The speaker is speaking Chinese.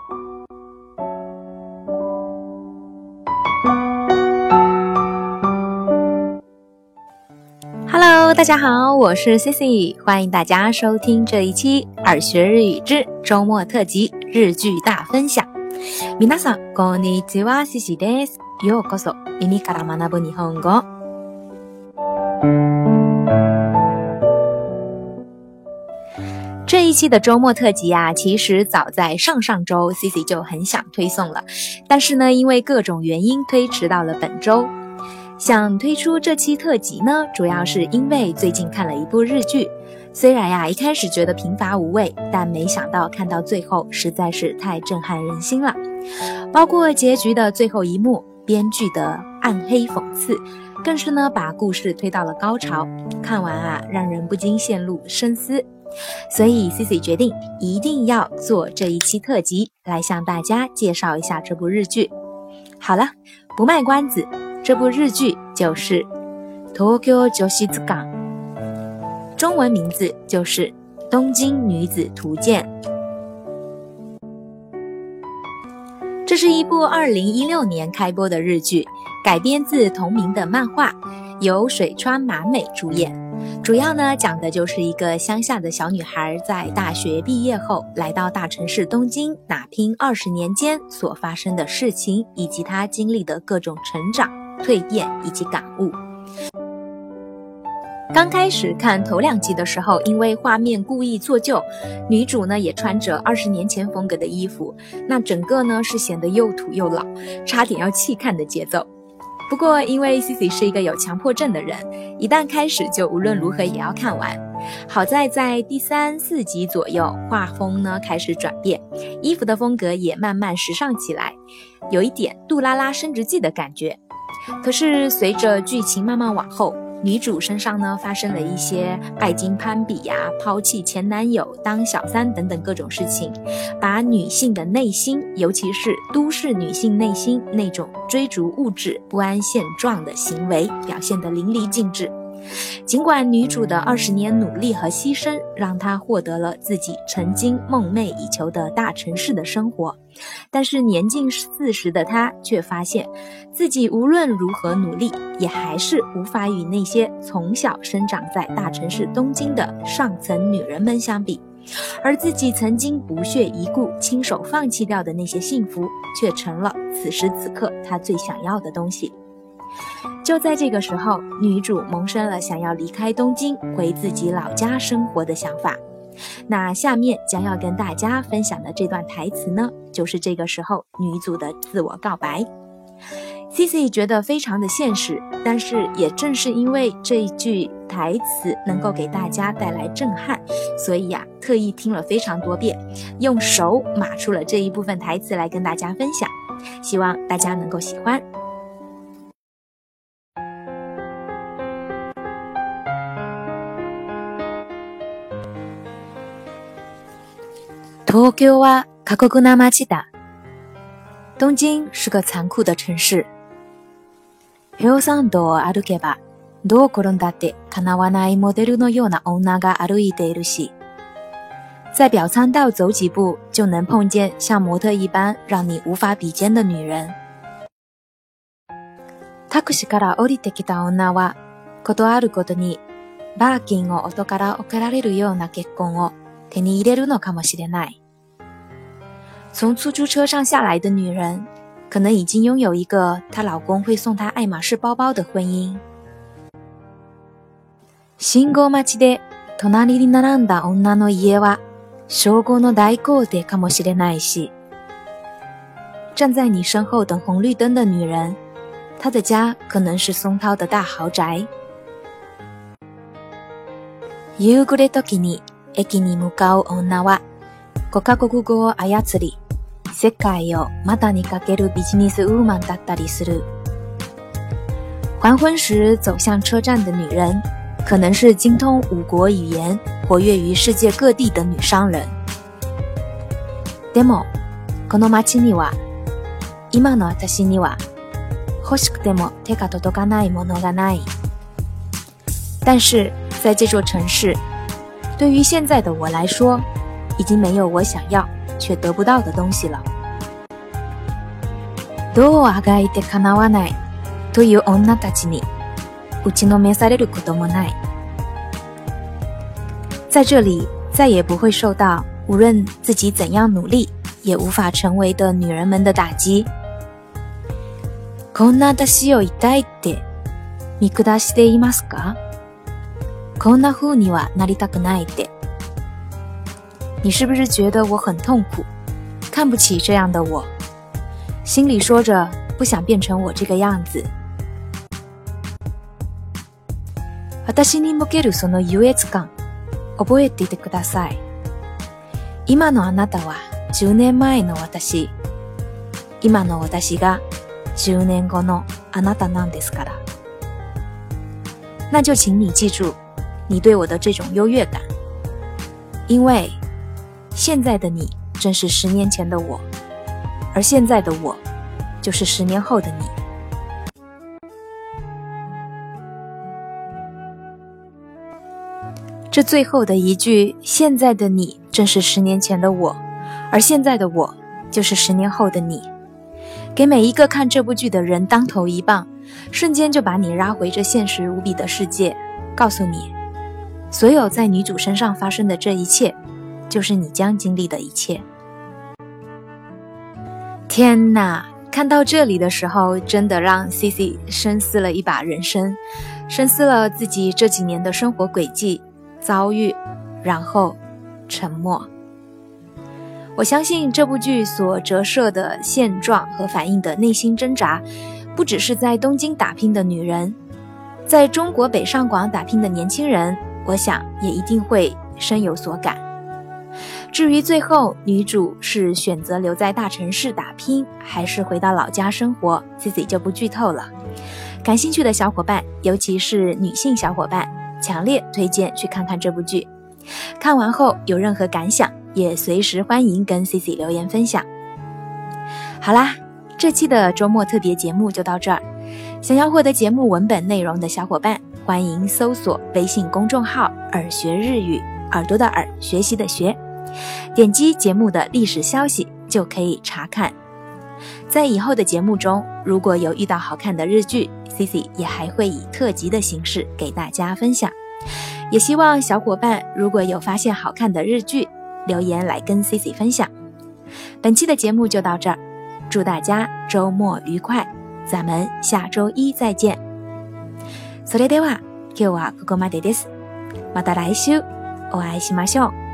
Hello， 大家好，我是 Cici， 欢迎大家收听这一期耳学日语之周末特辑日剧大分享。皆さんこんにちは、Ciciです。ようこそ耳から学ぶ日本語。这一期的周末特辑啊，其实早在上周 Cici 就很想推送了，但是呢，因为各种原因推迟到了本周。想推出这期特辑呢，主要是因为最近看了一部日剧，虽然呀一开始觉得平乏无味，但没想到看到最后实在是太震撼人心了。包括结局的最后一幕，编剧的暗黑讽刺，更是呢把故事推到了高潮，看完啊让人不禁陷入深思。所以 Cici 决定一定要做这一期特辑，来向大家介绍一下这部日剧。好了，不卖关子，这部日剧就是東京女子図鑑，中文名字就是东京女子图鉴。这是一部2016年开播的日剧，改编自同名的漫画，由水川麻美主演。主要呢讲的就是一个乡下的小女孩在大学毕业后来到大城市东京打拼20年间所发生的事情，以及她经历的各种成长、蜕变以及感悟。刚开始看头2集的时候，因为画面故意做旧，女主呢也穿着20年前风格的衣服，那整个呢是显得又土又老，差点要弃看的节奏。不过因为 Cici 是一个有强迫症的人，一旦开始就无论如何也要看完。好在在第3、4集左右，画风呢开始转变，衣服的风格也慢慢时尚起来，有一点杜拉拉升职记的感觉。可是随着剧情慢慢往后，女主身上呢发生了一些拜金攀比呀、抛弃前男友、当小三等等各种事情，把女性的内心，尤其是都市女性内心那种追逐物质、不安现状的行为表现得淋漓尽致。尽管女主的20年努力和牺牲让她获得了自己曾经梦寐以求的大城市的生活，但是年近40的她却发现自己无论如何努力，也还是无法与那些从小生长在大城市东京的上层女人们相比，而自己曾经不屑一顾、亲手放弃掉的那些幸福，却成了此时此刻她最想要的东西。就在这个时候，女主萌生了想要离开东京回自己老家生活的想法。那下面将要跟大家分享的这段台词呢，就是这个时候女主的自我告白。Cici 觉得非常的现实，但是也正是因为这一句台词能够给大家带来震撼，所以特意听了非常多遍，用手码出了这一部分台词来跟大家分享，希望大家能够喜欢。東京は過酷な街だ。東京是个残酷的城市。表参道を歩けば、どう転んだって叶わないモデルのような女が歩いているし、在表参道走几步就能碰见像模特一般让你无法比肩的女人。タクシーから降りてきた女は、ことあることにバーキンを夫から贈られるような結婚を手に入れるのかもしれない。从出租车上下来的女人，可能已经拥有一个她老公会送她爱马仕包包的婚姻。信号待ちで隣に並んだ女の家は称号の大豪邸かもしれないし、站在你身後等红绿灯的女人，她的家可能是松涛的大豪宅。夕暮れ時に駅に向かう女は5カ国語を操り、世界を股にかけるビジネスウーマンだったりする。黄昏时走向车站的女人，可能是精通5国语言、活跃于世界各地的女商人。でも、この街には、今の私には、欲しくても手が届かないものがない。但是，在这座城市，对于现在的我来说，已经没有我想要却得不到的东西了。 どうあがいてかなわないという女たちに打ちのめされることもない。在这里再也不会受到无论自己怎样努力也无法成为的女人们的打击。こんな私を痛いって見下していますか？こんな風にはなりたくないって。你是不是觉得我很痛苦，看不起这样的我，心里说着不想变成我这个样子。私に向けるその優越感、覚えていてください。今のあなたは10年前の私、今の私が10年後のあなたなんですから。那就请你记住你对我的这种优越感，因为现在的你正是10年前的我，而现在的我就是10年后的你。这最后的一句，现在的你正是10年前的我，而现在的我就是10年后的你，给每一个看这部剧的人当头一棒，瞬间就把你拉回这现实无比的世界，告诉你，所有在女主身上发生的这一切，就是你将经历的一切。天哪，看到这里的时候，真的让 Cici 深思了一把人生，深思了自己这几年的生活轨迹、遭遇，然后沉默。我相信这部剧所折射的现状和反映的内心挣扎，不只是在东京打拼的女人，在中国北上广打拼的年轻人，我想也一定会深有所感。至于最后女主是选择留在大城市打拼，还是回到老家生活， Cici 就不剧透了。感兴趣的小伙伴，尤其是女性小伙伴，强烈推荐去看看这部剧。看完后有任何感想，也随时欢迎跟 Cici 留言分享。好啦，这期的周末特别节目就到这儿。想要获得节目文本内容的小伙伴，欢迎搜索微信公众号耳学日语，耳朵的耳，学习的学，点击节目的历史消息就可以查看。在以后的节目中，如果有遇到好看的日剧， Cici 也还会以特辑的形式给大家分享。也希望小伙伴如果有发现好看的日剧，留言来跟 Cici 分享。本期的节目就到这儿，祝大家周末愉快，咱们下周一再见。それでは今日はここまでです。また来週お会いしましょう。